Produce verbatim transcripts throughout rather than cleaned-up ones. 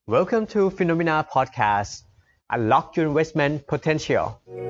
Welcome to Phenomena Podcast. Unlock your investment potential.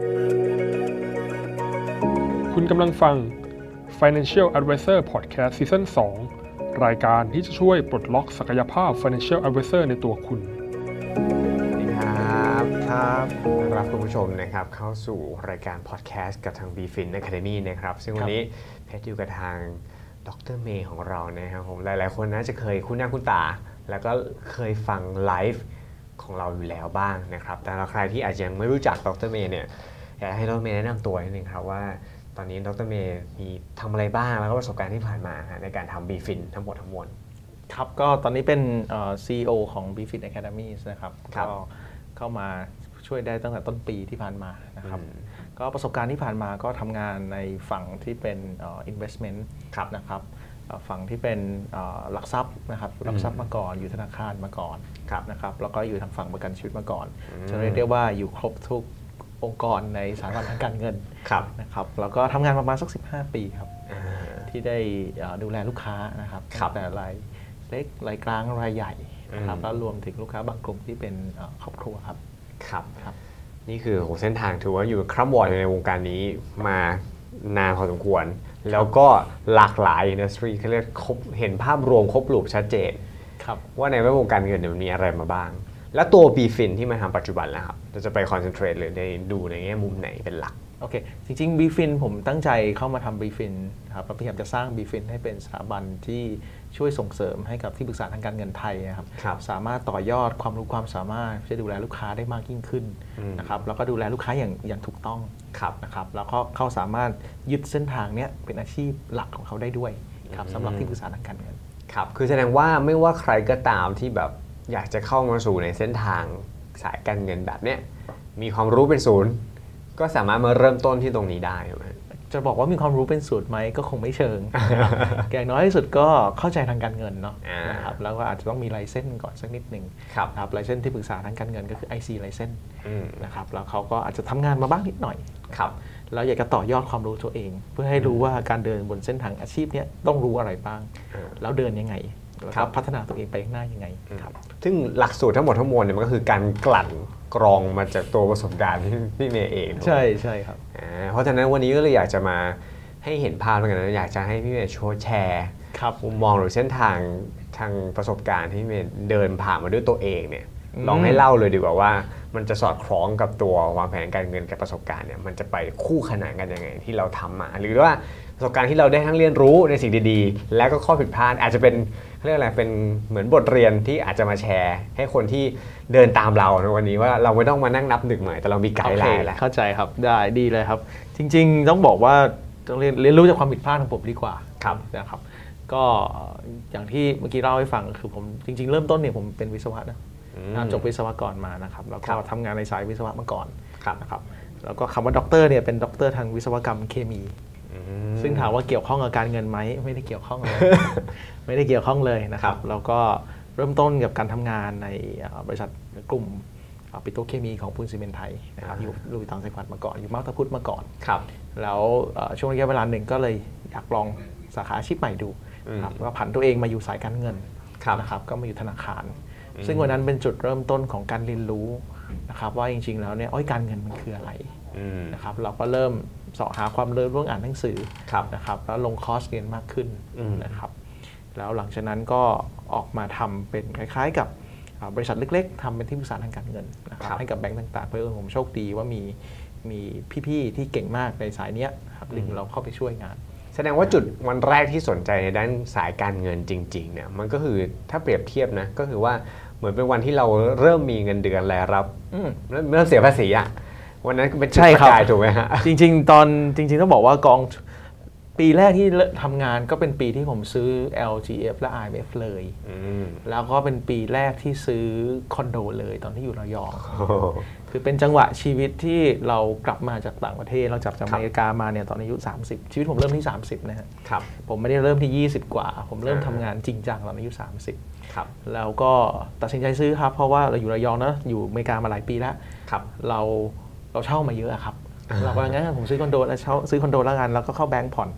คุณกำลังฟัง Financial Advisor Podcast Season สอง รายการที่จะช่วยปลดล็อกศักยภาพ Financial Advisor ในตัวคุณสวัสดีครับครับรับคุณผู้ชมนะครับเข้าสู่รายการ Podcast กับทาง BFin Academy นะครับซึ่งวันนี้เพชรอยู่กับทางดร.เมย์ของเรานะครับผมหลายๆคนน่าจะเคยคุ้นหน้าคุ้นตาแล้วก็เคยฟังไลฟ์ของเราอยู่แล้วบ้างนะครับแต่ใครที่อาจจะยังไม่รู้จักดร.เมย์เนี่ยอยากให้ดร.เมย์แนะนำตัวนิดนึงครับว่าตอนนี้ดร.เมย์มีทำอะไรบ้างแล้วก็ประสบการณ์ที่ผ่านมาในการทำ BFin ทั้งหมดทั้งมวลครับก็ตอนนี้เป็น ซี อี โอ ของ BFin Academy นะครับก็เข้ามาช่วยได้ตั้งแต่ต้นปีที่ผ่านมานะครับก็ประสบการณ์ที่ผ่านมาก็ทำงานในฝั่งที่เป็น investment นะครับฝั่งที่เป็นหลักทรัพย์นะครับหลักทรัพย์มาก่อนอยู่ธนาคารมาก่อนนะครับแล้วก็อยู่ทางฝั่งประกันชีวิตมาก่อนจะเรียกได้ว่าอยู่ครบทุกองค์กรในสถาบันทางการเงินนะครับแล้วก็ทำงานประมาณสักสิบห้าปีครับที่ได้ดูแลลูกค้านะครับตั้งแต่รายเล็กรายกลางรายใหญ่นะครับแล้วรวมถึงลูกค้าบางกลุ่มที่เป็นครอบครัวครับครับครับนี่คือเส้นทางถือว่าอยู่คร่ำวอร์ดในวงการนี้มานานพอสมควรแล้วก็หลากหลายอินดัสทรีเขาเรียกเห็นภาพรวมครบรูปชัดเจนว่าในแวดวงการเงินมันมีอะไรมาบ้างแล้วตัว BFin ที่มาทำปัจจุบันแล้วครับเราจะไปคอนเซนเทรตหรือในดูในแง่มุมไหนเป็นหลักโอเคจริงๆ BFin ผมตั้งใจเข้ามาทำ BFin ครับพยายามจะสร้าง BFin ให้เป็นสถาบันที่ช่วยส่งเสริมให้กับที่ปรึกษาทางการเงินไทยนะครับสามารถต่อยอดความรู้ความสามารถจะดูแลลูกค้าได้มากยิ่งขึ้นนะครับแล้วก็ดูแลลูกค้าอย่างอย่างถูกต้องนะครับแล้วก็เขาสามารถยึดเส้นทางนี้เป็นอาชีพหลักของเขาได้ด้วยครับสำหรับที่ปรึกษาทางการเงินครับคือแสดงว่าไม่ว่าใครก็ตามที่แบบอยากจะเข้ามาสู่ในเส้นทางสายการเงินแบบเนี้ยมีความรู้เป็นศูนย์ก็สามารถมาเริ่มต้นที่ตรงนี้ได้ไหมจะบอกว่ามีความรู้เป็นสูตรไหมก็คงไม่เชิง อย่างน้อยที่สุดก็เข้าใจทางการเงินเนาะนะครับแล้วก็อาจจะต้องมีไลเซนส์ก่อนสักนิดหนึ่งครับไลเซนส์ที่ปรึกษาทางการเงินก็คือ ไอ ซี ไลเซนส์นะครับแล้วเขาก็อาจจะทำงานมาบ้างนิดหน่อยครับแล้วอยากจะต่อยอดความรู้ตัวเองเพื่อให้รู้ว่าการเดินบนเส้นทางอาชีพนี้ต้องรู้อะไรบ้างแล้วเดินยังไงแล้วก็พัฒนาตัวเองไปข้างหน้ายังไงครับซึ่งหลักสูตรทั้งหมดทั้งมวลเนี่ยมันก็คือการกลั่นกรองมาจากตัวประสบการณ์ที่พี่เมย์เองใช่ใช่ครับเพราะฉะนั้นวันนี้ก็เลยอยากจะมาให้เห็นภาพเหมือนกันนะอยากจะให้พี่เมย์โชว์แชร์มุมมองหรือเส้นทางทางประสบการณ์ที่พี่เมย์เดินผ่านมาด้วยตัวเองเนี่ยลองให้เล่าเลยดีกว่าว่ามันจะสอดคล้องกับตัววางแผนการเงินกับประสบการณ์เนี่ยมันจะไปคู่ขนานกันยังไงที่เราทำมาหรือว่าประสบการณ์ที่เราได้ทั้งเรียนรู้ในสิ่งดีๆและก็ข้อผิดพลาดอาจจะเป็นเรียกอะไรเป็นเหมือนบทเรียนที่อาจจะมาแชร์ให้คนที่เดินตามเราในวันนี้ว่าเราไม่ต้องมานั่งนับหนึ่งใหม่แต่เรามีไกด์ไลน์แล้วเข้าใจครับได้ดีเลยครับจริงๆต้องบอกว่าต้องเรียนเรียนรู้จากความผิดพลาดของผมดีกว่านะครับก็อย่างที่เมื่อกี้เล่าให้ฟังคือผมจริงๆเริ่มต้นเนี่ยผมเป็นวิศวะนะจบวิศวกรมานะครับแล้วก็ทำงานในสายวิศวะมาก่อนนะครับแล้วก็คำว่าด็อกเตอร์เนี่ยเป็นด็อกเตอร์ทางวิศวกรรมเคมีซึ่งถามว่าเกี่ยวข้องกับการเงินไหมไม่ได้เกี่ยวข้องเลย ไม่ได้เกี่ยวข้องเลยนะครับแล้วก็เริ่มต้นกับการทำงานในบริษัทกลุ่มปิโตรเคมีของปูนซีเมนต์ไทยนะครับอยู่ลุยต่างจังหวัดมาก่อนอยู่มาบตาพุธมาก่อนแล้วช่วงระยะเวลาหนึ่งก็เลยอยากลองสาขาอาชีพใหม่ดูครับก็ผันตัวเองมาอยู่สายการเงินนะครับก็มาอยู่ธนาคารซึ่งวันนั้นเป็นจุดเริ่มต้นของการเรียนรู้นะครับว่าจริงๆแล้วเนี่ยการเงินมันคืออะไรนะครับเราก็เริ่มเสาะหาความรู้เรื่องอ่านหนังสือนะครับแล้วลงคอร์สเรียนมากขึ้นนะครับแล้วหลังจากนั้นก็ออกมาทำเป็นคล้ายๆกับบริษัทเล็กๆทำเป็นที่ปรึกษาทางการเงินนะครับให้กับแบงก์ต่างๆเพื่อผมโชคดีว่ามีมีพี่ๆที่เก่งมากในสายนี้ครับดึงเราเข้าไปช่วยงานแสดงว่าจุดวันแรกที่สนใจในด้านสายการเงินจริงๆเนี่ยมันก็คือถ้าเปรียบเทียบนะก็คือว่าเหมือนเป็นวันที่เราเริ่มมีเงินเดือนรายรับเริ่มเสียภาษีอ่ะวันนั้นเป็นจุดประกายถูกไหมฮะจริงๆตอนจริงๆต้องบอกว่ากองปีแรกที่ทำงานก็เป็นปีที่ผมซื้อ แอล จี เอฟ และ อาร์ เอ็ม เอฟ เลยแล้วก็เป็นปีแรกที่ซื้อคอนโดเลยตอนที่อยู่ระยองคือเป็นจังหวะชีวิตที่เรากลับมาจากต่างประเทศเราจับจากอเมริกามาเนี่ยตอนอายุสามสิบชีวิตผมเริ่มที่สามสิบนะฮะผมไม่ได้เริ่มที่ยี่สิบกว่าผมเริ่มทำงานจริงจังตอนอายุสามสิบแล้วก็ตัดสินใจซื้อครับเพราะว่าเราอยู่ระยองนะอยู่อเมริกามาหลายปีแล้วเราเราเช่ามาเยอะครับเราก็งั้นผมซื้อคอนโดแล้วเช่าซื้อคอนโดแล้วกันแล้วก็เข้าแบงก์ผ่อน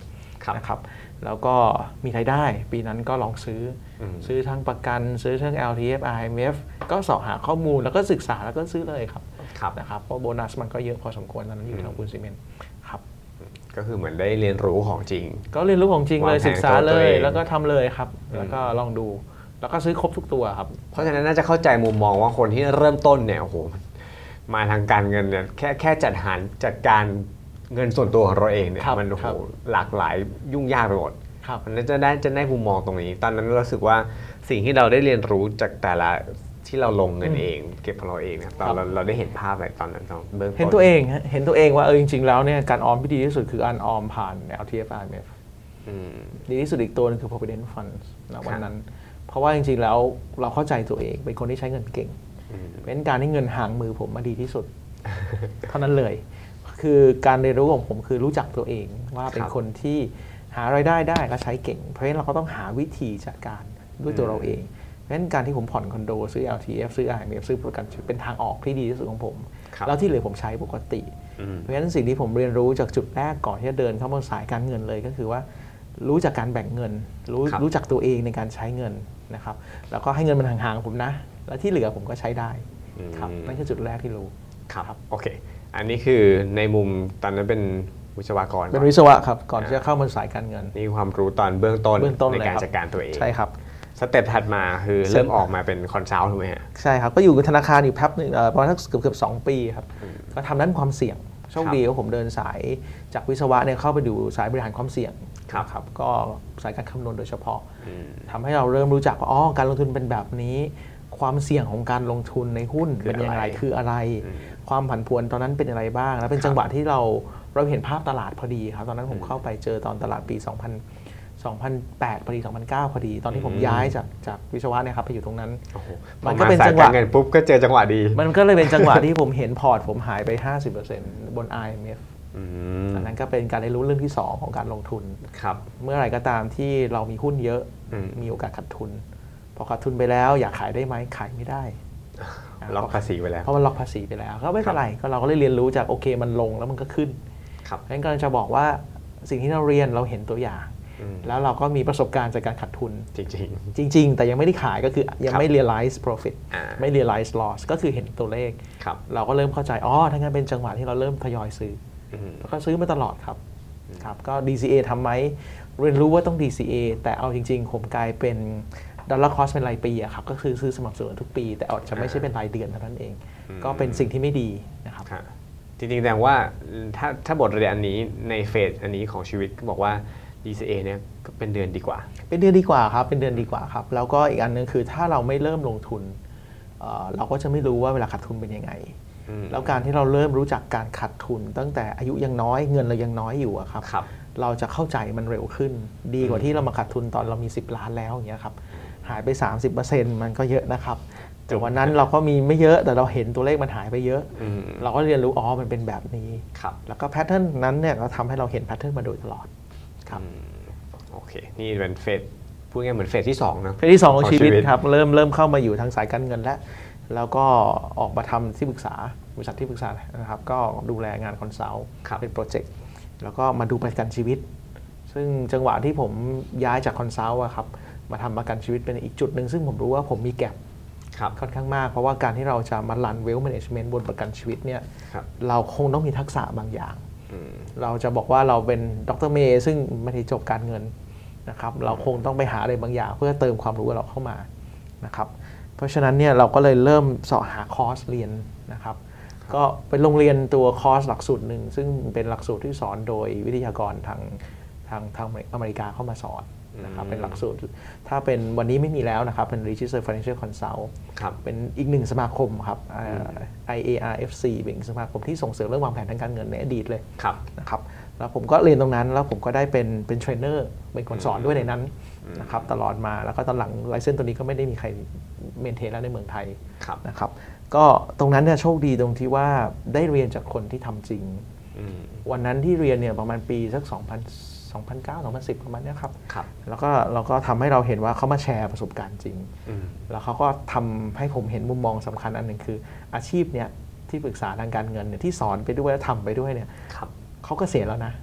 นะครับแล้วก็มีรายได้ปีนั้นก็ลองซื้อซื้อทั้งประกันซื้อทั้ง แอล ที เอฟ อาร์ เอ็ม เอฟ ก็เสาะหาข้อมูลแล้วก็ศึกษาแล้วก็ซื้อเลยครับนะครับเพราะโบนัสมันก็เยอะพอสมควรตอนนั้นอยู่ในกองทุนซีเมนต์ครับก็คือเหมือนได้เรียนรู้ของจริงก็เรียนรู้ของจริงเลยศึกษาเลยแล้วก็ทำเลยครับแล้วก็ลองดูแล้วก็ซื้อครบทุกตัวครับเพราะฉะนั้นน่าจะเข้าใจมุมมองว่าคนที่เริ่มต้นเนี่ยโอ้โหมาทางการเงินเนี่ยแค่แค่จัดหารจัดการเงินส่วนตัวของเราเองเนี่ยมันโอ้โหหลากหลายยุ่งยากไปหมดมันจะได้จะได้มุมมองตรงนี้ตอนนั้นรู้สึกว่าสิ่งที่เราได้เรียนรู้จากแต่ละที่เราลงเงินเองเก็บของเราเองนะตอนเราเราได้เห็นภาพอะไรตอนนั้นตอนเบื้องต้นเห็นตัวเองเห็นตัวเองว่าเออจริงๆแล้วเนี่ยการออมที่ดีที่สุดคือการออมผ่าน แอล ที เอฟ อาร์ เอ็ม เอฟ ดีที่สุดอีกตัวนึงคือ provident fund นะวันนั้นเพราะว่าจริงๆแล้วเราเข้าใจตัวเองเป็นคนที่ใช้เงินเก่งเป็นการที่เงินห่างมือผมมาดีที่สุดเท่านั้นเลยคือการเรียนรู้ของผมคือรู้จักตัวเองว่าเป็นคนที่หารายได้ได้ก็ใช้เก่งเพราะฉะนั้นเราก็ต้องหาวิธีจัดการด้วยตัวเราเองเพราะฉะนั้นการที่ผมผ่อนคอนโดซื้อ แอล ที เอฟ ซื้อ อาร์ เอ็ม เอฟ ซื้อประกันชีวิตเป็นทางออกที่ดีที่สุดของผมแล้วที่เหลือผมใช้ปกติเพราะฉะนั้นสิ่งที่ผมเรียนรู้จากจุดแรกก่อนที่จะเดินเข้ามาสายการเงินเลยก็คือว่ารู้จักการแบ่งเงินรู้รู้จักตัวเองในการใช้เงินนะครับแล้วก็ให้เงินมันห่างๆผมนะแล้วที่เหลือผมก็ใช้ได้ครับนั่นคือจุดแรกที่รู้ครับโอเคอันนี้คือในมุมตอนนั้นเป็นวิศวกรเป็นวิศวะครับก่อนที่จะเข้ามาสายการเงินนี่ความรู้ตอนเบื้องต้นในการจัดการตัวเองใช่ครับสเต็ปถัดมาคือเริ่มออกมาเป็นคอนซัลท์ถูกไหมฮะใช่ครับก็อยู่กับธนาคารอยู่แป๊บนึงประมาณสักเกือบเกือบสองปีครับก็ทำด้านความเสี่ยงโชคดีว่าผมเดินสายจากวิศวะเนี่ยเข้าไปดูสายบริหารความเสี่ยงครับก็สายการคำนวณโดยเฉพาะทำให้เราเริ่มรู้จักว่าอ๋อการลงทุนเป็นแบบนี้ความเสี่ยงของการลงทุนในหุ้นเป็นยังไงคืออะไรความผันผวนตอนนั้นเป็นอะไรบ้างแล้วเป็นจังหวะที่เราเราเห็นภาพตลาดพอดีครับตอนนั้นผมเข้าไปเจอตอนตลาดปี สองพัน สองพันแปด พอดี สองพันเก้า พอดีตอนที่ผมย้ายจากจากวิศวะเนี่ยครับไปอยู่ตรงนั้นมันก็เป็นจังหวะเงินปุ๊บก็เจอจังหวะดีมันก็เลยเป็นจังหวะที่ผมเห็นพอร์ตผมหายไป ห้าสิบเปอร์เซ็นต์ บน อาร์ เอ็ม เอฟ อันนั้นก็เป็นการได้รู้เรื่องที่สองของการลงทุนเมื่อไหร่ก็ตามที่เรามีหุ้นเยอะมีโอกาสขาดทุนพอขาดทุนไปแล้วอยากขายได้ไหมขายไม่ได้ล็อกภาษีไปแล้วเพราะมันล็อกภาษีไปแล้วก็ไม่เป็นไรก็เราก็เลยเรียนรู้จากโอเคมันลงแล้วมันก็ขึ้นเพราะฉะนั้นกำลังจะบอกว่าสิ่งที่เราเรียนเราเห็นตัวอย่างแล้วเราก็มีประสบการณ์จากการขาดทุนจริงๆจริงๆแต่ยังไม่ได้ขายก็คือยังไม่ realize profit ไม่ realize loss ก็คือเห็นตัวเลขเราก็เริ่มเข้าใจอ๋อถ้างั้นเป็นจังหวะที่เราเริ่มทยอยซื้อแล้วก็ซื้อมาตลอดครับครับก็ ดี ซี เอ ทำไหมเรียนรู้ว่าต้อง ดี ซี เอ แต่เอาจริงๆผมกลายเป็นดอลลาร์คอสเป็นรายปีอะครับก็คือซื้อสม่ำเสมอทุกปีแต่อาจจะไม่ใช่เป็นรายเดือนเท่านั้นเองก็เป็นสิ่งที่ไม่ดีนะครับจริงๆแสดงว่าถ้าถ้าบทเรียนอันนี้ในเฟสอันนี้ของชีวิตก็บอกว่า ดี ซี เอ เนี่ยก็เป็นเดือนดีกว่าเป็นเดือนดีกว่าครับเป็นเดือนดีกว่าครับแล้วก็อีกอันนึงคือถ้าเราไม่เริ่มลงทุนเราก็จะไม่รู้ว่าเวลาขาดทุนเป็นยังไงแล้วการที่เราเริ่มรู้จักการขาดทุนตั้งแต่อายุยังน้อยเงินเรายังน้อยอยู่ครับเราจะเข้าใจมันเร็วขึ้นดีกว่าที่เรามาขาดทุนตอนเรามีสิบล้านแล้วอย่างเงี้ยครับหายไป สามสิบเปอร์เซ็นต์ มันก็เยอะนะครับแต่วันนั้นเราก็มีไม่เยอะแต่เราเห็นตัวเลขมันหายไปเยอะเราก็เรียนรู้อ๋อมันเป็นแบบนี้แล้วก็แพทเทิร์นนั้นเนี่ยก็ทำให้เราเห็นแพทเทิร์นมาโดยตลอดครับโอเคนี่เป็นเฟสพูดง่ายเหมือนเฟสที่สองนะเฟสที่สองของชีวิตครับเริ่มเริ่มเข้ามาอยู่ทางสายการเงินแล้วแล้วก็ออกมาทำที่ปรึกษาบริษัทที่ปรึกษานะครับก็ดูแลงานคอนซัลท์เป็นโปรเจกต์แล้วก็มาดูประกันชีวิตซึ่งจังหวะที่ผมย้ายจากคอนซัลท์ครับมาทำประกันชีวิตเป็นอีกจุดหนึ่งซึ่งผมรู้ว่าผมมีแก็บค่อนข้างมากเพราะว่าการที่เราจะมารันเวลแมเนจเมนต์บนประกันชีวิตเนี่ยเราคงต้องมีทักษะบางอย่างเราจะบอกว่าเราเป็นดร.เมย์ซึ่งไม่ได้จบการเงินนะครับเราคงต้องไปหาอะไรบางอย่างเพื่อเติมความรู้เราเข้ามานะครับเพราะฉะนั้นเนี่ยเราก็เลยเริ่มเสาะหาคอร์สเรียนนะครับก็เป็นโรงเรียนตัวคอร์สหลักสูตรหนึ่งซึ่งเป็นหลักสูตรที่สอนโดยวิทยากรทางทางทางอเมริกาเข้ามาสอนนะครับเป็นหลักสูตรถ้าเป็นวันนี้ไม่มีแล้วนะครับเป็น Registered Financial Consult เป็นอีกหนึ่งสมาคมครับ ไอ เอ อาร์ เอฟ ซี เป็นสมาคมที่ส่งเสริมเรื่องวางแผนทางการเงินในอดีตเลยนะครับแล้วผมก็เรียนตรงนั้นแล้วผมก็ได้เป็นเป็นเทรนเนอร์เป็นคนสอนด้วยในนั้นนะครับตลอดมาแล้วก็ตอนหลังไลเซนส์ตัวนี้ก็ไม่ได้มีใครเมนเทนแล้วในเมืองไทยนะครับก็ตรงนั้นเนี่ยโชคดีตรงที่ว่าได้เรียนจากคนที่ทำจริงวันนั้นที่เรียนเนี่ยประมาณปีสักสองพัน สองพันเก้า สองพันสิบประมาณนี้ครับแล้วก็เราก็ทำให้เราเห็นว่าเขามาแชร์ประสบการณ์จริงแล้วเขาก็ทำให้ผมเห็นมุมมองสำคัญอันหนึ่งคืออาชีพเนี่ยที่ปรึกษาทางการเงินเนี่ยที่สอนไปด้วยและทำไปด้วยเนี่ยเขาเกษียณแล้วนะ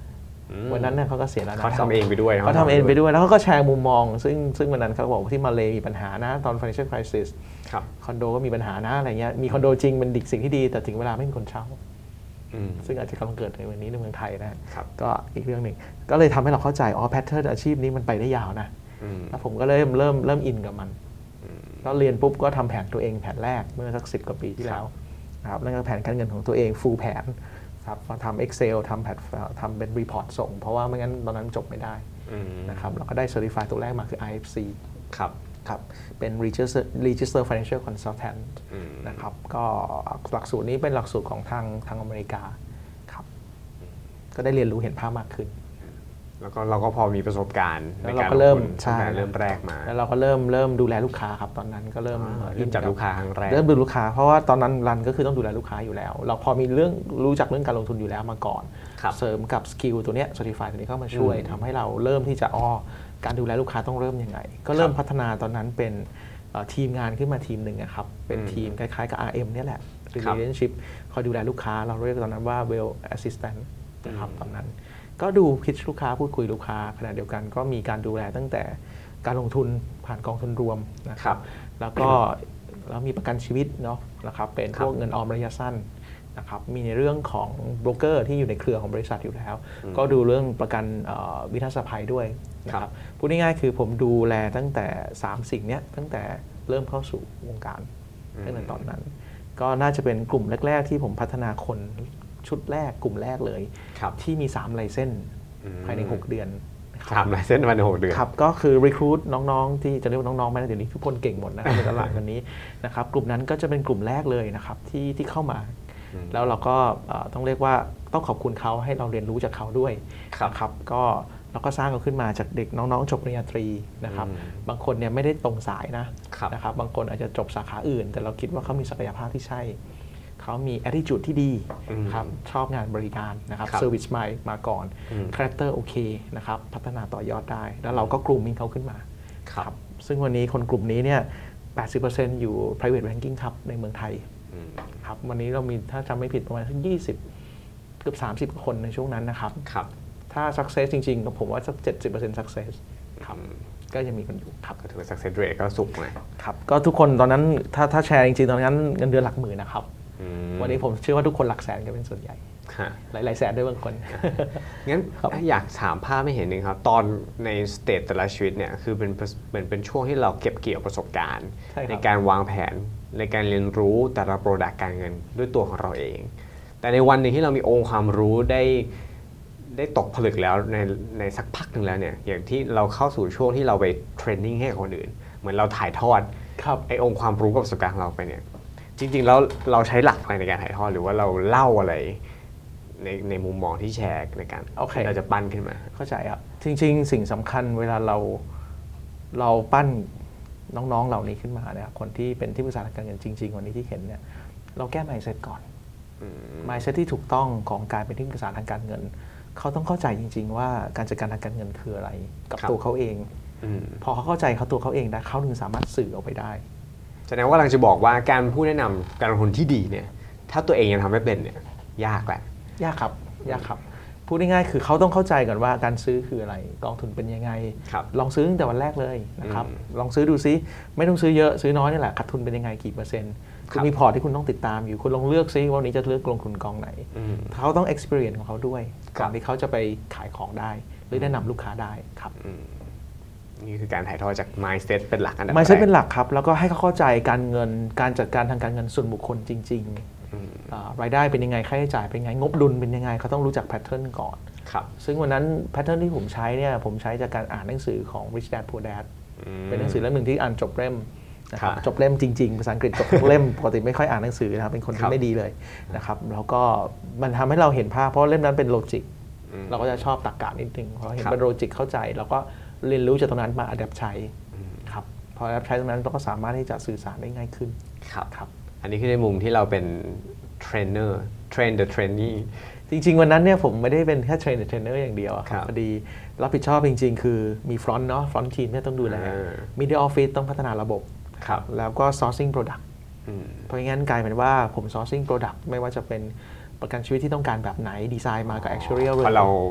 วันนั้นเนี่ยเขาก็เสียแล้วนะเขาทำเองไปด้วยเขาทำเองไปด้วยแล้วเขาก็แชร์มุมมองซึ่งซึ่งวันนั้นเขาบอกที่มาเลมีปัญหานะตอน financial crisis คอนโดก็มีปัญหานะอะไรเงี้ยมีคอนโดจริงเป็นดิสิ่งที่ดีแต่ถึงเวลาไม่มีคนเช่าซึ่งอาจจะกำลังเกิดในวันนี้ในเมืองไทยนะก็อีกเรื่องหนึ่งก็เลยทำให้เราเข้าใจอ๋อแพทเทิร์นอาชีพนี้มันไปได้ยาวนะแล้วผมก็เริ่มเริ่มเริ่มอินกับมันก็เรียนปุ๊บก็ทำแผนตัวเองแผนแรกเมื่อสักสิบกว่าปีที่แล้วนะครับนั่นก็แผนการเงินของตัวเอง full แผนครับมาทำ Excel ทำแพททำเป็นรีพอร์ตส่งเพราะว่าไม่งั้นตอนนั้นจบไม่ได้นะครับเราก็ได้ Certify ตัวแรกมาคือ ไอ เอฟ ซี ครับครับเป็น Register Register Financial Consultant นะครับก็หลักสูตรนี้เป็นหลักสูตรของทางทางอเมริกาครับก็ได้เรียนรู้เห็นภาพมากขึ้นแล้วก็เราก็พอมีประสบการณ์ในการเริ่มใช่เริ่มแรกมาแล้วเราก็เริ่มเริ่มดูแลลูกค้าครับตอนนั้นก็เริ่มเริ่มจับลูกค้าครั้งแรกเริ่มดูลูกค้าเพราะว่าตอนนั้นรันก็คือต้องดูแลลูกค้าอยู่แล้วเราพอมีเรื่องรู้จักเรื่องการลงทุนอยู่แล้วมาก่อนเสริมกับสกิลตัวเนี้ย Certify ตัวนี้เข้ามาช่วยทำให้เราเริ่มที่จะอ้อการดูแลลูกค้าต้องเริ่มยังไงก็เริ่มพัฒนาตอนนั้นเป็นทีมงานขึ้นมาทีมหนึ่งครับเป็นทีมคล้ายๆกับ อาร์ เอ็ม เนี่ยแหละ Relationship คอยดูแลลูกค้าเราเรียกตอนนั้นว่า Well Assistant นะครับตอนนั้นก็ดูพิชลูกค้าพูดคุยลูกค้าขณะเดียวกันก็มีการดูแลตั้งแต่การลงทุนผ่านกองทุนรวมนะครับแล้วก็แล้วมีประกันชีวิตเนาะนะครับเป็นพวกเงินออมระยะสั้นนะครับมีในเรื่องของโบรกเกอร์ที่อยู่ในเครือของบริษัทอยู่แล้วก็ดูเรื่องประกันวินาศภัยด้วยนะครับพูดง่ายๆคือผมดูแลตั้งแต่สามสิ่งนี้ตั้งแต่เริ่มเข้าสู่วงการตั้งแต่ตอนนั้นก็น่าจะเป็นกลุ่มแรกๆที่ผมพัฒนาคนชุดแรกกลุ่มแรกเลยที่มีสามไลเซนส์ภายในหกเดือนสามไลเซนส์ภายในหกเดือนครับก็คือ recruit น้องๆที่จะเรียกว่าน้องๆไหมเดี๋ยวนี้ทุกคนเก่งหมดนะครับในตลาดวันนี้นะครับกลุ่มนั้นก็จะเป็นกลุ่มแรกเลยนะครับที่ที่เข้ามาแล้วเราก็ต้องเรียกว่าต้องขอบคุณเขาให้เราเรียนรู้จากเขาด้วยครับก็เราก็สร้างเขาขึ้นมาจากเด็กน้องๆจบปริญญาตรีนะครับบางคนเนี่ยไม่ได้ตรงสายนะนะครับบางคนอาจจะจบสาขาอื่นแต่เราคิดว่าเขามีศักยภาพที่ใช่เขามี attitude ที่ดีครับชอบงานบริการนะครับ service mind มาก่อน character โอเคนะครับพัฒนาต่อยอดได้แล้วเราก็กลุ่มมิ่งเขาขึ้นมาครับซึ่งวันนี้คนกลุ่มนี้เนี่ย แปดสิบเปอร์เซ็นต์ อยู่ private banking ครับในเมืองไทยครับวันนี้เรามีถ้าจำไม่ผิดประมาณสักยี่สิบเกือบสามสิบคนในช่วงนั้นนะครับถ้า success จริงๆก็ผมว่าสัก เจ็ดสิบเปอร์เซ็นต์ success ครับก็ยังมีคนอยู่ครับก็ถือว่า success rate ก็สูงเลยครับก็ทุกคนตอนนั้นถ้าถ้าแชร์จริงๆตอนนั้นเงินเดือนหลักหมื่นนะครับวันนี้ผมเชื่อว่าทุกคนหลักแสนกันเป็นส่วนใหญ่หลายๆแสนด้วยบางคนงั้นอยากถามภาพไม่เห็นหนึ่งครับตอนในสเตจแต่ละชีวิตเนี่ยคือเป็นเหมือนเป็นช่วงที่เราเก็บเกี่ยวประสบการณ์ในการวางแผนในการเรียนรู้แต่ละโปรดักต์การเงินด้วยตัวของเราเองแต่ในวันหนึ่งที่เรามีองค์ความรู้ได้ได้ตกผลึกแล้วในในสักพักหนึ่งแล้วเนี่ยอย่างที่เราเข้าสู่ช่วงที่เราไปเทรนนิ่งให้คนอื่นเหมือนเราถ่ายทอดไอ้องค์ความรู้กับประสบการณ์ของเราไปเนี่ยจริงๆแล้วเราใช้หลักอะไรในการถ่ายทอดหรือว่าเราเล่าอะไรในในมุมมองที่แชร์ในการ okay. เราจะปั้นขึ้นมาเข้าใจครับจริงๆสิ่งสำคัญเวลาเราเราปั้นน้องๆเหล่านี้ขึ้นมาเนี่ยคนที่เป็นที่ปรึกษาทางการเงินจริงๆวันนี้ที่เห็นเนี่ยเราแก้ mindset ก่อน mindset ที่ถูกต้องของการเป็นที่ปรึกษาทางการเงินเขาต้องเข้าใจจริงๆว่าการจัดการทางการเงินคืออะไรกับตัวเขาเองพอเขาเข้าใจเขาตัวเขาเองได้เขาถึงสามารถสื่อออกไปได้แสดงว่ากำลังจะบอกว่าการพูดแนะนำการลงทุนที่ดีเนี่ยถ้าตัวเองยังทำไม่เป็นเนี่ยยากแหละยากครับยากครับพูดง่ายๆคือเขาต้องเข้าใจก่อนว่าการซื้อคืออะไรกองทุนเป็นยังไงลองซื้อตั้งแต่วันแรกเลยนะครับลองซื้อดูซิไม่ต้องซื้อเยอะซื้อน้อยนี่แหละขาดทุนเป็นยังไงกี่เปอร์เซ็นต์คุณมีพอร์ตที่คุณต้องติดตามอยู่คุณลองเลือกซิว่าวันนี้จะเลือกลงทุนกองไหนเขาต้อง experience ของเขาด้วยก่อนที่เขาจะไปขายของได้หรือแนะนำลูกค้าได้ครับนี่คือการถ่ายทอดจาก mindset เป็นหลักอันดับแรก mindset เป็นหลักครับแล้วก็ให้เขาเข้าใจการเงินการจัดการทางการเงินส่วนบุคคลจริงๆรายได้เป็นยังไงค่าใช้จ่ายเป็นยังไงงบดุลเป็นยังไงเขาต้องรู้จักแพทเทิร์นก่อนซึ่งวันนั้นแพทเทิร์นที่ผมใช้เนี่ยผมใช้จากการอ่านหนังสือของ Rich Dad Poor Dad เป็นหนังสือเล่มหนึ่งที่อ่านจบเล่มนะครับจบเล่มจริงๆภาษาอังกฤษจบทุกเล่มปกติไม่ค่อยอ่านหนังสือนะครับเป็นคนที่ไม่ดีเลยนะครับแล้วก็มันทำให้เราเห็นภาพเพราะเล่มนั้นเป็นโลจิกเราก็จะชอบตรรกะนิดนึงพอเห็นเป็นโลจิกเข้าใจเราก็เรียนรู้จากตรงนั้นมาอัดแอปใช้ครับพออัดแอปใช้ตรงนั้นเราก็สามารถที่จะสื่อสารได้ง่ายขึ้นครับครับอันนี้คือในมุมที่เราเป็นเทรนเนอร์เทรนเดอะเทรนนี่จริงๆวันนั้นเนี่ยผมไม่ได้เป็นแค่เทรนเดอะเทรนเนอร์อย่างเดียวครับพอดีรับผิดชอบจริงๆคือมีฟรอนต์เนาะฟรอนต์ทีมเนี่ยต้องดูแลมิดเดิลออฟฟิศต้องพัฒนาระบบแล้วก็ sourcing product เพราะงั้นกลายเป็นว่าผม sourcing product ไม่ว่าจะเป็นประกันชีวิตที่ต้องการแบบไหนดีไซน์มากับ actuarial เลยเรา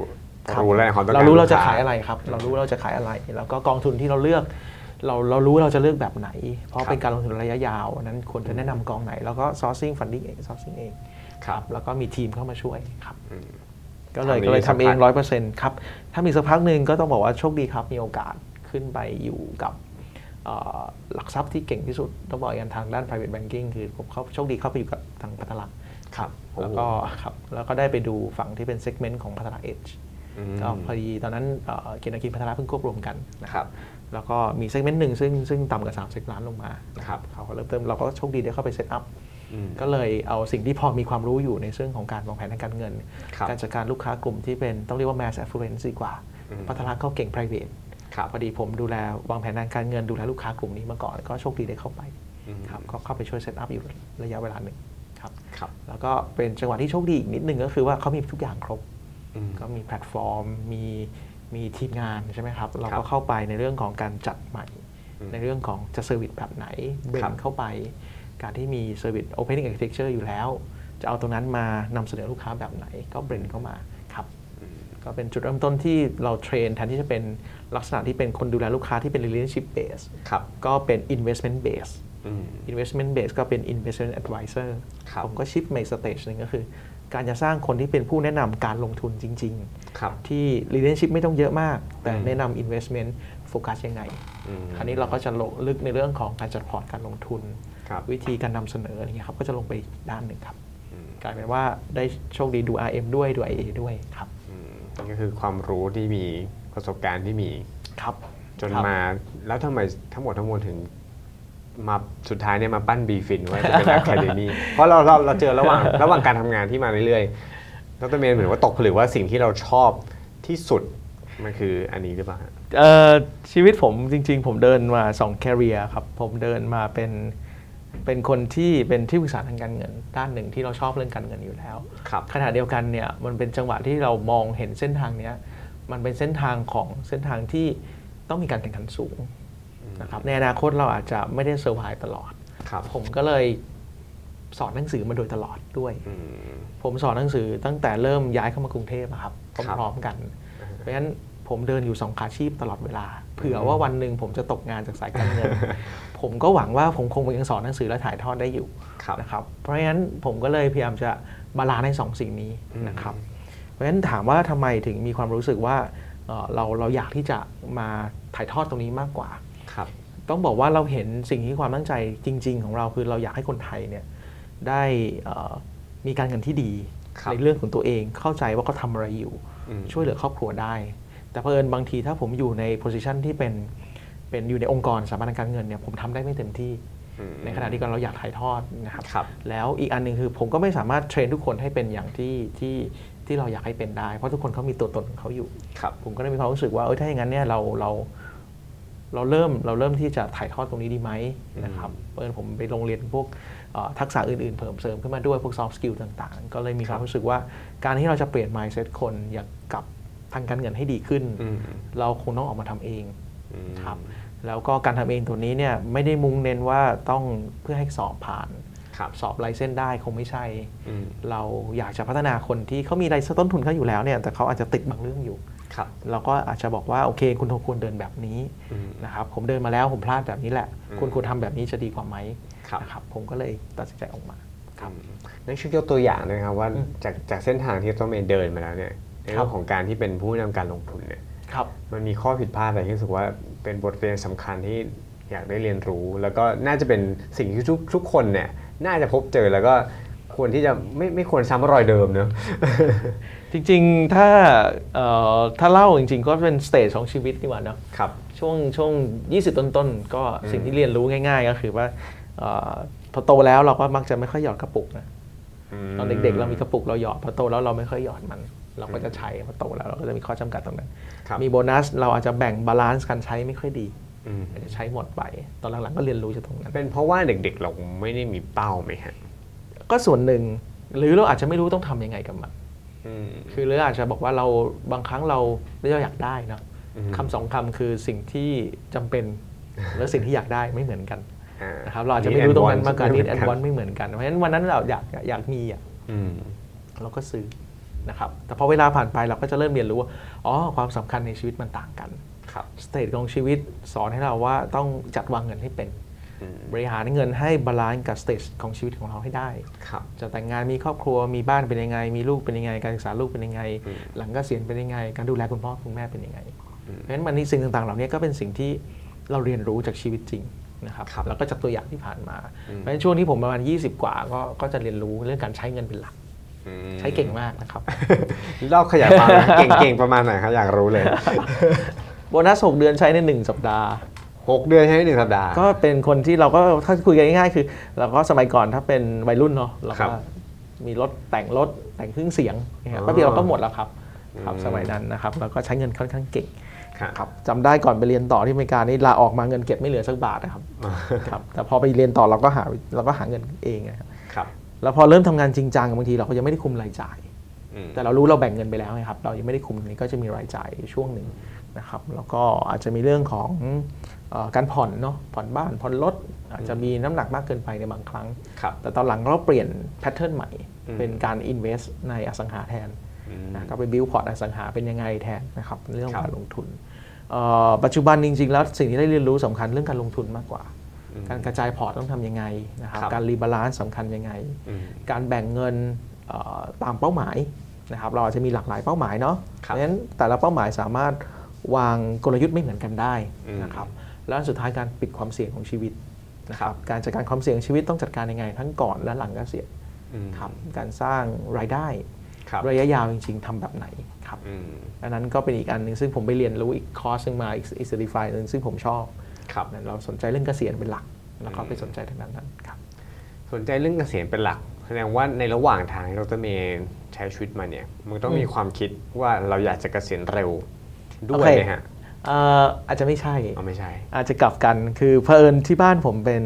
รู้แล้วความต้องการเรารู้เราจะขายอะไรครับเรารู้เราจะขายอะไรแล้วก็กองทุนที่เราเลือกเราเรารู้เราจะเลือกแบบไหนเพราะเป็นการลงทุนระยะยาวนั้นควรจะแนะนำกองไหนแล้วก็ sourcing funding เอง sourcing เองครับแล้วก็มีทีมเข้ามาช่วยครับก็เลยก็เลยทำเอง ร้อยเปอร์เซ็นต์ ครับถ้ามีสักพักหนึ่งก็ต้องบอกว่าโชคดีครับมีโอกาสขึ้นไปอยู่กับหลักทรัพย์ที่เก่งที่สุดต้องบอกอย่างทางด้าน private banking คือผมเขาโชคดีเข้าไปอยู่กับทางพัฒนาครับแล้วก็ครับแล้วก็ได้ไปดูฝั่งที่เป็น segment ของพัฒนา Edge ก็พอดีตอนนั้นเกียรติกิจพัฒนาเพิ่งควบรวมกันนะครับแล้วก็มี segment หนึ่งซึ่งซึ่งต่ำกว่าสามสิบล้านลงมานะครับเขาก็เริ่มเติมเราก็โชคดีได้เข้าไป set up ก็เลยเอาสิ่งที่พอมีความรู้อยู่ในเรื่องของการวางแผนทางการเงินการจัดการลูกค้ากลุ่มที่เป็นต้องเรียกว่า mass affluence ดีกว่าพัฒนาเขาเก่ง private พอดีผมดูแลวางแผนทางการเงินดูแลลูกค้ากลุ่มนี้มาก่อนก็โชคดีได้เข้าไปครับก็เข้าไปช่วย set up อยู่ระยะเวลาหนึ่งครับแล้วก็เป็นจังหวะที่โชคดีอีกนิดนึงก็คือว่าเขามีทุกอย่างครบก็มีแพลตฟอร์มมีมีทีมงานใช่ไหมครับเราก็เข้าไปในเรื่องของการจัดใหม่ในเรื่องของจะเซอร์วิสแบบไหนเบรนเข้าไปการที่มีเซอร์วิส opening architecture อยู่แล้วจะเอาตรงนั้นมานำเสนอลูกค้าแบบไหนก็เบรนเข้ามาครับก็เป็นจุดเริ่มต้นที่เราเทรนแทนที่จะเป็นลักษณะที่เป็นคนดูแลลูกค้าที่เป็น relationship base ก็เป็น investment base investment base ก็เป็น investment advisor ผมก็ชิปในสเตจนึงก็คือการจะสร้างคนที่เป็นผู้แนะนำการลงทุนจริงๆที่ relationship ไม่ต้องเยอะมากแต่แนะนำ investment โฟกัสยังไงคราวนี้เราก็จะลงลึกในเรื่องของการจัดพอร์ตการลงทุนวิธีการนำเสนออะไรเงี้ยครับก็จะลงไปด้านหนึ่งครับกลายเป็นว่าได้โชคดีดู อาร์ เอ็ม ด้วยดู ไอ เอ ด้วยครับนี่ก็คือความรู้ที่มีประสบการณ์ที่มีครับจนมาแล้วทำไมทั้งหมดทั้งมวลถึงมาสุดท้ายเนี่ยมาปั้น บีฟิน ว่าจะเป็น Academy เพราะเราเราเราเจอระหว่างระหว่างการทำงานที่มาเรื่อยๆดร.เมย์เหมือนว่าตกผลึกว่าสิ่งที่เราชอบที่สุดมันคืออันนี้หรือเปล่าชีวิตผมจริงๆผมเดินมาสอง career ครับผมเดินมาเป็นเป็นคนที่เป็นที่ปรึกษาทางการเงินด้านหนึ่งที่เราชอบเรื่องการเงินอยู่แล้วขณะเดียวกันเนี่ยมันเป็นจังหวะที่เรามองเห็นเส้นทางนี้มันเป็นเส้นทางของเส้นทางที่ต้องมีการแข่งขันสูงนะครับในอนาคตเราอาจจะไม่ได้เซอร์ไพรส์ตลอดผมก็เลยสอนหนังสือมาโดยตลอดด้วยผมสอนหนังสือตั้งแต่เริ่มย้ายเข้ามากรุงเทพครับพร้อมๆกันเพราะฉะนั้นผมเดินอยู่สองขาชีพตลอดเวลาเผื่อว่าวันหนึ่งผมจะตกงานจากสายการเงิน ผมก็หวังว่าผมคงยังสอนหนังสือและถ่ายทอดได้อยู่นะครับเพราะฉะนั้นผมก็เลยพยายามจะบาลานซ์ในสองสิ่งนี้นะครับเพราะฉะนั้นถามว่าทำไมถึงมีความรู้สึกว่าเราเราอยากที่จะมาถ่ายทอดตรงนี้มากกว่าต้องบอกว่าเราเห็นสิ่งที่ความตั้งใจจริงๆของเราคือเราอยากให้คนไทยเนี่ยได้มีการเงินที่ดีในเรื่องของตัวเองเข้าใจว่าเขาทำอะไรอยู่ช่วยเหลือครอบครัวได้แต่เผอิญบางทีถ้าผมอยู่ในโพสิชันที่เป็นเป็นอยู่ในองค์กรสถาบันการเงินเนี่ยผมทำได้ไม่เต็มที่ในขณะที่เราอยากถ่ายทอดนะครับแล้วอีกอันนึงคือผมก็ไม่สามารถเทรนทุกคนให้เป็นอย่างที่ที่ที่เราอยากให้เป็นได้เพราะทุกคนเขามีตัวตนของเขาอยู่ผมก็ได้มีความรู้สึกว่าเออถ้าอย่างนั้นเนี่ยเราเราเราเริ่มเราเริ่มที่จะถ่ายทอดตรงนี้ดีไหมนะครับเผอิญผมไปโรงเรียนพวกทักษะอื่นๆเพิ่มเสริมขึ้นมาด้วยพวก soft skill ต่างๆก็เลยมีความรู้สึกว่าการที่เราจะเปลี่ยน mindset คนอยากกลับทางการเงินให้ดีขึ้นเราคงต้องออกมาทำเองครับแล้วก็การทำเองตัวนี้เนี่ยไม่ได้มุ่งเน้นว่าต้องเพื่อให้สอบผ่านสอบไลเซนส์ได้คงไม่ใช่เราอยากจะพัฒนาคนที่เขามีรายต้นทุนเขาอยู่แล้วเนี่ยแต่เขาอาจจะติดบางเรื่องอยู่เราก็อาจจะบอกว่าโอเคคุณควรเดินแบบนี้นะครับผมเดินมาแล้วผมพลาดแบบนี้แหละคุณควรทำแบบนี้จะดีกว่าไหมนะครับผมก็เลยตัดสินใจออกมานั่นคือยกตัวอย่างนะครับว่าจากจากเส้นทางที่ต้องเดินมาแล้วเนี่ยในเรื่องของการที่เป็นผู้นำการลงทุนเนี่ยมันมีข้อผิดพลาดอะไรที่รู้สึกว่าเป็นบทเรียนสำคัญที่อยากได้เรียนรู้แล้วก็น่าจะเป็นสิ่งที่ทุกทุกคนเนี่ยน่าจะพบเจอแล้วก็ควรที่จะไม่ไม่ควรซ้ำรอยเดิมเนอะจริงๆถ้าถ้าเล่าจริงๆก็เป็นสเตจของชีวิตดีกว่าเนาะช่วงช่วงยี่สิบต้นๆก็สิ่งที่เรียนรู้ง่ายๆก็คือว่าพอโตแล้วเราก็มักจะไม่ค่อยหยอดกระปุกนะตอนเด็กๆเรามีกระปุกเราหยอดพอโตแล้วเราไม่ค่อยหยอดมันเราก็จะใช้พอโตแล้วเราก็จะมีข้อจำกัดตรงนั้นมีโบนัสเราอาจจะแบ่งบาลานซ์การใช้ไม่ค่อยดีจะใช้หมดไปตอนหลังๆก็เรียนรู้จากตรงนั้นเป็นเพราะว่าเด็กๆเราไม่ได้มีเป้าไหมฮะก็ส่วนหนึ่งหรือเราอาจจะไม่รู้ต้องทำยังไงกับมันคือหรืออาจจะบอกว่าเราบางครั้งเราเราอยากได้นะคำสองคำคือสิ่งที่จำเป็นและสิ่งที่อยากได้ไม่เหมือนกันนะครับเราอาจจะไม่รู้ตรงนั้นมาก่อนนี่แอนวอนไม่เหมือนกันเพราะฉะนั้นวันนั้นเราอยากอยากมีอ่ะเราก็ซื้อนะครับแต่พอเวลาผ่านไปเราก็จะเริ่มเรียนรู้ว่าอ๋อความสำคัญในชีวิตมันต่างกันสเตจของชีวิตสอนให้เราว่าต้องจัดวางเงินให้เป็นบริหารเงินให้บาลานซ์กับสเตจของชีวิตของเราให้ได้จะแต่งงานมีครอบครัวมีบ้านเป็นยังไงมีลูกเป็นยังไงการศึกษาลูกเป็นยังไงหลังเกษียณเป็นยังไงการดูแลคุณพ่อคุณแม่เป็นยังไงเพราะฉะนั้นมันนี่สิ่งต่างๆเหล่านี้ก็เป็นสิ่งที่เราเรียนรู้จากชีวิตจริงนะครับแล้วก็จากตัวอย่างที่ผ่านมาเพราะฉะนั้นช่วงที่ผมประมาณยี่สิบกว่าก็ก็จะเรียนรู้เรื่องการใช้เงินเป็นหลักใช้เก่งมากนะครับเล่าขยายความนะเก่งๆประมาณไหนครับอยากรู้เลยโบนัสหกเดือนใช้ในหนึ่งสัปดาห์หกเดือนใช้ในหนึ่งสัปดาห์ก็เป็นคนที่เราก็ถ้าคุยกันง่ายๆคือเราก็สมัยก่อนถ้าเป็นวัยรุ่นเนาะเราก็มีรถแต่งรถแต่งเครื่องเสียงนะครับแป๊บเดียวเราก็หมดแล้วครับครับสมัยนั้นนะครับแล้วก็ใช้เงินค่อนข้างเก่งครับจำได้ก่อนไปเรียนต่อที่อเมริกานี่ลาออกมาเงินเก็บไม่เหลือสักบาทนะครับครับแต่พอไปเรียนต่อเราก็หาเราก็หาเงินเองนะครับแล้วพอเริ่มทำงานจริงจังบางทีเราก็ยังไม่ได้คุมรายจ่ายแต่เรารู้เราแบ่งเงินไปแล้วนะครับเรายังไม่ได้คุมนี้ก็จะมีรายจ่ายช่วงหนึ่งนะครับแล้วก็อาจจะมีเรื่องของการผ่อนเนาะผ่อนบ้านผ่อนรถอาจจะมีน้ำหนักมากเกินไปในบางครั้งแต่ตอนหลังเราเปลี่ยนแพทเทิร์นใหม่เป็นการ invest ในอสังหาแทนนะก็ไป build port อสังหาเป็นยังไงแทนนะครับเรื่องการลงทุนปัจจุบันจริงๆแล้วสิ่งที่ได้เรียนรู้สำคัญเรื่องการลงทุนมากกว่าการกระจายพอร์ตต้องทำยังไงนะครับการรีบาลานซ์สำคัญยังไงการแบ่งเงินตามเป้าหมายนะครับเราอาจจะมีหลากหลายเป้าหมายเนาะเพราะฉะนั้นแต่ละเป้าหมายสามารถวางกลยุทธ์ไม่เหมือนกันได้นะครับแล้วสุดท้ายการปิดความเสี่ยงของชีวิตนะครับการจัดการความเสี่ยงชีวิตต้องจัดการยังไงทั้งก่อนและหลังเกษียณครับการสร้างรายได้ระยะยาวจริงๆทำแบบไหนครับอันนั้นก็เป็นอีกอันนึงซึ่งผมไปเรียนรู้อีกคอร์สนึงมาอีกอีกเซอร์ติฟายนึงซึ่งผมชอบเราสนใจเรื่องเกษียณเป็นหลักแล้วก็ไปสนใจทางนั้นนั้นครับสนใจเรื่องเกษียณเป็นหลักแสดงว่าในระหว่างทางที่ดร.เมย์ใช้ชีวิตมาเนี่ยมันต้องมีความคิดว่าเราอยากจะเกษียณเร็วด้วยไหมฮะอาจจะไม่ใช่อ๋อไม่ใช่อาจจะกลับกันคือเผอิญที่บ้านผมเป็น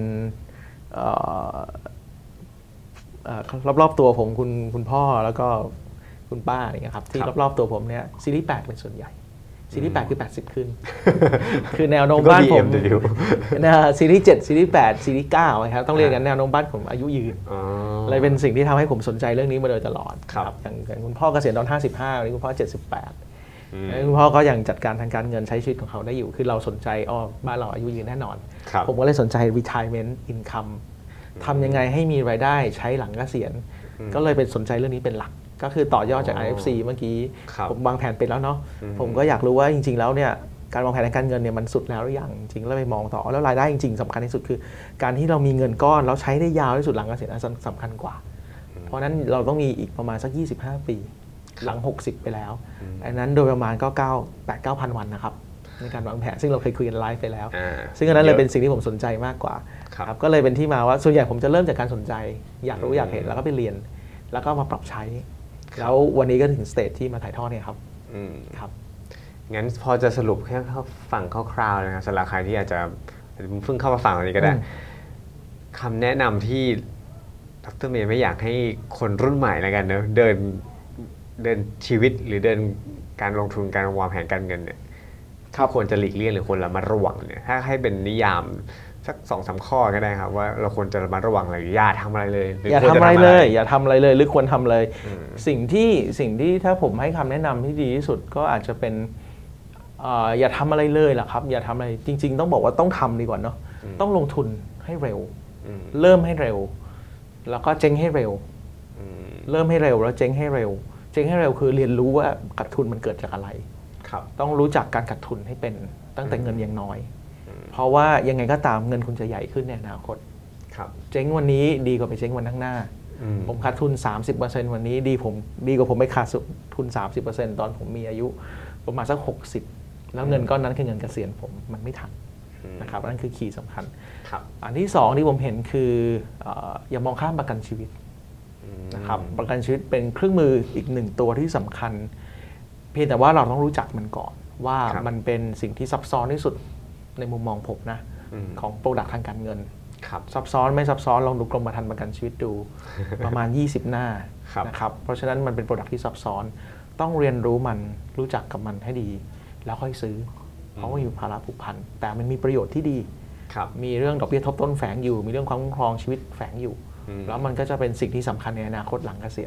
รอบๆตัวผมคุณคุณพ่อแล้วก็คุณป้าอะไรเงี้ยครับที่รอบๆตัวผมเนี่ยซีรีส์แปดเป็นส่วนใหญ่ซีรีส์แปดคือแปดสิบขึ้นคือแนวโน้มบ้านผมนะซีรีส์เจ็ดซีรีส์แปดซีรีส์เก้าครับต้องเรียกกันแนวโน้มบ้านผมอายุยืนเลยเป็นสิ่งที่ทำให้ผมสนใจเรื่องนี้มาโดยตลอดครับอย่างคุณพ่อเกษียณตอนห้าสิบห้าวันนี้คุณพ่อเจ็ดสิบแปดคุณพ่อก็ยังจัดการทางการเงินใช้ชีวิตของเขาได้อยู่คือเราสนใจอ๋อบ้านเราอายุยืนแน่นอนผมก็เลยสนใจ retirement income ทำยังไงให้มีรายได้ใช้หลังเกษียณก็เลยเป็นสนใจเรื่องนี้เป็นหลักก็คือต่อยอดจาก ไอ เอฟ ซี เมื่อกี้ผมวางแผนเป็นแล้วเนาะผมก็อยากรู้ว่าจริงๆแล้วเนี่ยการวางแผนทางการเงินเนี่ยมันสุดแล้วหรือยังจริงแล้วไปมองต่อแล้วรายได้จริงๆสำคัญที่สุดคือการที่เรามีเงินก้อนแล้วใช้ได้ยาวที่สุดหลังเกษียณสำคัญกว่าเพราะนั้นเราต้องมีอีกประมาณสักยี่สิบห้าปีหลังหกสิบไปแล้วอันนั้นโดยประมาณก็เก้า แปด เก้าพันวันนะครับในการวางแผนซึ่งเราเคยคุยกันไลฟ์ไปแล้วซึ่งอันนั้นเลยเป็นสิ่งที่ผมสนใจมากกว่าครับก็เลยเป็นที่มาว่าส่วนใหญ่ผมจะเริ่มจากการสนใจอยากรู้อยากเห็นแล้วก็ไปเรียนแล้วก็มาปรับใช้แล้ววันนี้ก็ถึงสเตจที่มาถ่ายทอดเนี่ยครับครับงั้นพอจะสรุปแค่ฟังคร่าวๆนะครับสำหรับใครที่อาจจะเพิ่งเข้ามาฟังวันนี้ก็ได้คำแนะนำที่ดร.เมย์ไม่อยากให้คนรุ่นใหม่แล้วกันเนอะเดินเดินชีวิตหรือเดินการลงทุนการวางแผนการเงินเนี่ยถ้าควรจะหลีกเลี่ยงหรือควรระมัดระวังเนี่ยถ้าให้เป็นนิยามสักสองสามข้อก็ได้ครับว่าเราควรจะระมัดระวังอะไรอย่าทำอะไรเลยอย่าทำอะไรเลยอย่าทำอะไรเลยหรือควรทำเลยสิ่งที่สิ่งที่ถ้าผมให้คำแนะนำที่ดีที่สุดก็อาจจะเป็นอย่าทำอะไรเลยล่ะครับอย่าทำอะไรจริงๆต้องบอกว่าต้องทำดีกว่าเนาะต้องลงทุนให้เร็วเริ่มให้เร็วแล้วก็เจ๊งให้เร็วเริ่มให้เร็วแล้วเจ๊งให้เร็วเจ๊งให้เร็วคือเรียนรู้ว่าขาดทุนมันเกิดจากอะไรต้องรู้จักการขาดทุนให้เป็นตั้งแต่เงินยังน้อยเพราะว่ายังไงก็ตามเงินคุณจะใหญ่ขึ้นในอนาคตเจ๊งวันนี้ดีกว่าไปเจ๊งวันข้างหน้าผมขาดทุน สามสิบเปอร์เซ็นต์ วันนี้ดีผมดีกว่าผมไปขาดทุน สามสิบเปอร์เซ็นต์ ตอนผมมีอายุประมาณสักหกสิบแล้วเงินก้อนนั้นคือเงินเกษียณผมมันไม่ทันนะครับนั่นคือคีย์สำคัญอันที่สองที่ผมเห็นคืออย่ามองข้ามประกันชีวิตนะครับประกันชีวิตเป็นเครื่องมืออีกหนึ่งตัวที่สำคัญเพียงแต่ว่าเราต้องรู้จักมันก่อนว่ามันเป็นสิ่งที่ซับซ้อนที่สุดในมุมมองผมนะของโปรดักต์ทางการเงินซับซ้อนไม่ซับซ้อนลองดูกรมธรรม์ประกันชีวิตดูประมาณยี่สิบหน้านะครับเพราะฉะนั้นมันเป็นโปรดักต์ที่ซับซ้อนต้องเรียนรู้มันรู้จักกับมันให้ดีแล้วค่อยซื้อเพราะว่ามีภาระผูกพันแต่มันมีประโยชน์ที่ดีมีเรื่องดอกเบี้ยทบต้นแฝงอยู่มีเรื่องความคุ้มครองชีวิตแฝงอยู่แล้วมันก็จะเป็นสิ่งที่สำคัญในอนาคตหลังเกษียณ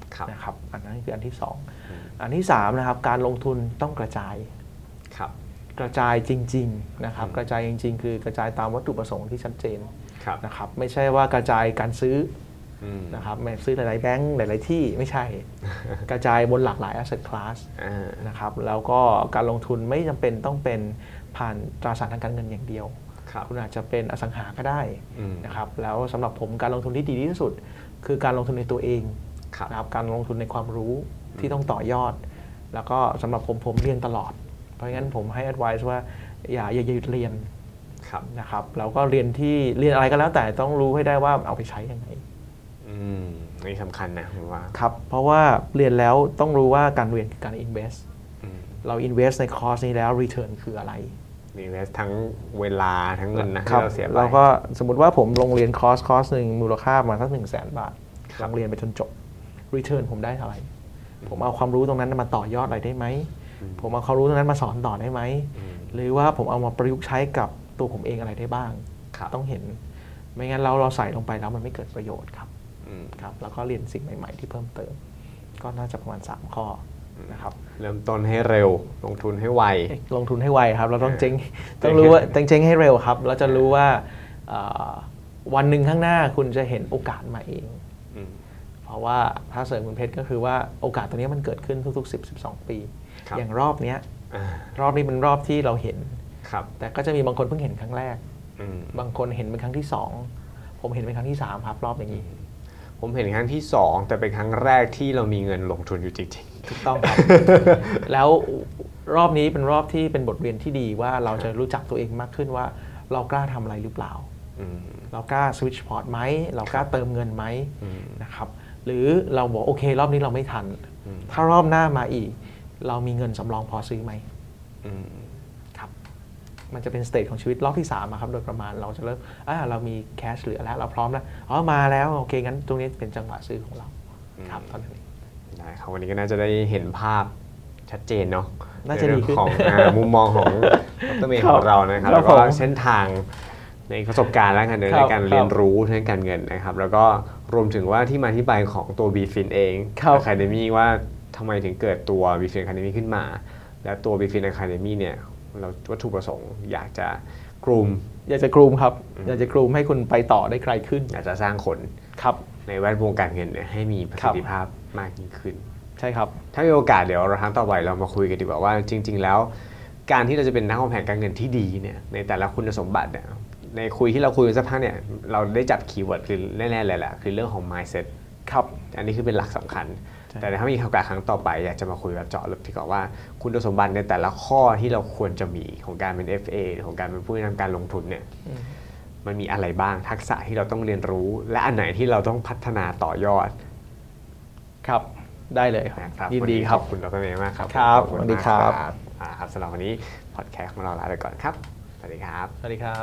นะครับอันนั้นคืออันที่สองอันที่สามนะครับการลงทุนต้องกระจายครับกระจายจริงๆนะครับกระจายจริงๆคือกระจายตามวัตถุประสงค์ที่ชัดเจนนะครับไม่ใช่ว่ากระจายการซื้อนะครับไม่ซื้อหลายๆแบงค์หลายๆที่ไม่ใช่กระจายบนหลากหลาย asset class นะครับแล้วก็การลงทุนไม่จำเป็นต้องเป็นผ่านตราสารทางการเงินอย่างเดียวคุณอาจจะเป็นอสังหาก็ได้นะครับแล้วสำหรับผมการลงทุนที่ดีที่สุดคือการลงทุนในตัวเองนะครับการลงทุนในความรู้ที่ต้องต่อยอดแล้วก็สำหรับผมผมเรียนตลอดเพราะงั้นผมให้ advice ว่าอย่าอย่าหยุดเรียนนะครับแล้วก็เรียนที่เรียนอะไรก็แล้วแต่ต้องรู้ให้ได้ว่าเอาไปใช้ยังไงอืมนี่สำคัญนะผมว่าครับเพราะว่าเรียนแล้วต้องรู้ว่าการเรียนคือการ invest เรา invest ในคอร์สนี้แล้ว return คืออะไร invest ทั้งเวลาทั้งเงินนะที่เราเสียไปแล้วก็สมมติว่าผมลงเรียนคอร์สคอร์สหนึ่งมูลค่ามาสักหนึ่งแสนบาทหลังเรียนไปจนจบ return ผมได้เท่าไหร่ผมเอาความรู้ตรงนั้นมาต่อยอดอะไรได้ไหมผมเอาความรู้ตรงนั้นมาสอนต่อได้ไหมหรือว่าผมเอามาประยุกต์ใช้กับตัวผมเองอะไรได้บ้างต้องเห็นไม่งั้นเราเราใส่ลงไปแล้วมันไม่เกิดประโยชน์ครับครับแล้วก็เรียนสิ่งใหม่ๆที่เพิ่มเติมก็น่าจะประมาณสามข้อนะครับเริ่มต้นให้เร็วลงทุนให้ไวลงทุนให้ไวครับเราต้องเจ๊งต้องรู้ว่าเจ๊งให้เร็วครับเราจะรู้ว่าวันหนึ่งข้างหน้าคุณจะเห็นโอกาสมาเองเพราะว่าถ้าเสริมคุณเพชรก็คือว่าโอกาสตัวนี้มันเกิดขึ้นทุกๆ สิบถึงสิบสอง ปีอย่างรอบนี้รอบนี้เป็นรอบที่เราเห็นแต่ก็จะมีบางคนเพิ่งเห็นครั้งแรกบางคนเห็นเป็นครั้งที่สองผมเห็นเป็นครั้งที่สามครับรอบอย่างนี้ผมเห็นครั้งที่สองแต่เป็นครั้งแรกที่เรามีเงินลงทุนอยู่จริงๆถูกต้องครับ แล้วรอบนี้เป็นรอบที่เป็นบทเรียนที่ดีว่าเราจะรู้จักตัวเองมากขึ้นว่าเรากล้าทำอะไรหรือเปล่าเรากล้าสวิตช์พอร์ตไหมเรากล้าเติมเงินไหมนะครับหรือเราบอกโอเครอบนี้เราไม่ทันถ้ารอบหน้ามาอีกเรามีเงินสำรองพอซื้อไหมครับมันจะเป็นสเตจของชีวิตรอบที่สามครับโดยประมาณเราจะเริ่มอ่าเรามีแคชเหลือแล้วเราพร้อมแล้วอ๋อมาแล้วโอเคงั้นตรงนี้เป็นจังหวะซื้อของเราครับตอนนี้ได้ครับวันนี้ก็น่าจะได้เห็นภาพชัดเจนเนาะน่าจะดีขึ้นของมุมมองของดร.เมย์ของเรานะครับแล้วก็เส้นทางในประสบการณ์และการในการเรียนรู้ทางการเงินนะครับแล้วก็รวมถึงว่าที่มาที่ไปของตัว BFIN เอง Academy ว่าทำไมถึงเกิดตัว BFIN Academy ขึ้นมาและตัว BFIN Academy เนี่ยเราวัตถุประสงค์อยากจะกลุ่มอยากจะกลุ่มครับอยากจะกลุ่มให้คุณไปต่อได้ไกลขึ้นอยากจะสร้างคนครับในแวดวงการเงินเนี่ยให้มีประสิทธิภาพมากยิ่งขึ้นใช่ครับถ้ามีโอกาสเดี๋ยวเราครั้งต่อไปเรามาคุยกันดีกว่าว่าจริงๆแล้วการที่เราจะเป็นนักวางแผนการเงินที่ดีเนี่ยในแต่ละคุณสมบัติเนี่ยในคุยที่เราคุยกันสักพักเนี่ยเราได้จับคีย์เวิร์ดคือแน่ๆเลยแหละคือเรื่องของ mindset ครับอันนี้คือเป็นหลักสำคัญแต่ถ้ามีโอกาสครั้งต่อไปอยากจะมาคุยแบบเจาะลึกดีกว่าว่าคุณสมบัติในแต่ละข้อที่เราควรจะมีของการเป็น เอฟ เอ ของการเป็นผู้นำการลงทุนเนี่ยมันมีอะไรบ้างทักษะที่เราต้องเรียนรู้และอันไหนที่เราต้องพัฒนาต่อยอดครับได้เลยครับยินดีครับขอบคุณดร.เมย์มากครับครับสวัสดีครับครับสำหรับวันนี้พอดแคสต์ของเราลาไปก่อนครับสวัสดีครับสวัสดีครับ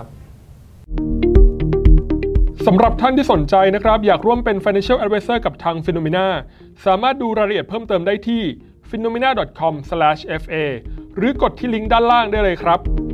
สำหรับท่านที่สนใจนะครับอยากร่วมเป็น Financial Advisor กับทาง Phenomena สามารถดูรายละเอียดเพิ่มเติมได้ที่ ฟีโนเมนา ดอท คอม สแลช เอฟ เอ หรือกดที่ลิงก์ด้านล่างได้เลยครับ